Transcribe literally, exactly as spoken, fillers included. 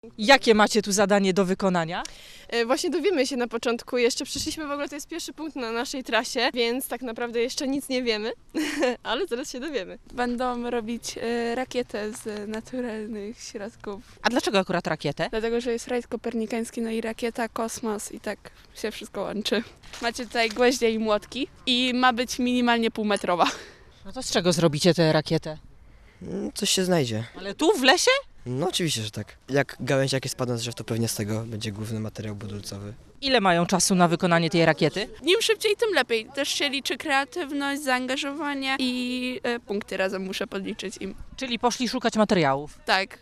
Jakie macie tu zadanie do wykonania? E, Właśnie dowiemy się na początku, jeszcze przyszliśmy w ogóle, to jest pierwszy punkt na naszej trasie, więc tak naprawdę jeszcze nic nie wiemy, ale zaraz się dowiemy. Będą robić e, rakietę z naturalnych środków, A dlaczego akurat rakietę? dlatego że jest rajd kopernikański, no i rakieta, kosmos i tak się wszystko łączy. Macie tutaj gwoździe i młotki i ma być minimalnie półmetrowa. No to z czego zrobicie tę rakietę? Mm, Coś się znajdzie. Ale tu w lesie? No oczywiście, że tak. Jak gałęzie jakie spadną z drzew, to pewnie z tego będzie główny materiał budulcowy. Ile mają czasu na wykonanie tej rakiety? Im szybciej, tym lepiej. Też się liczy kreatywność, zaangażowanie i e, punkty razem muszę podliczyć im. Czyli poszli szukać materiałów. Tak,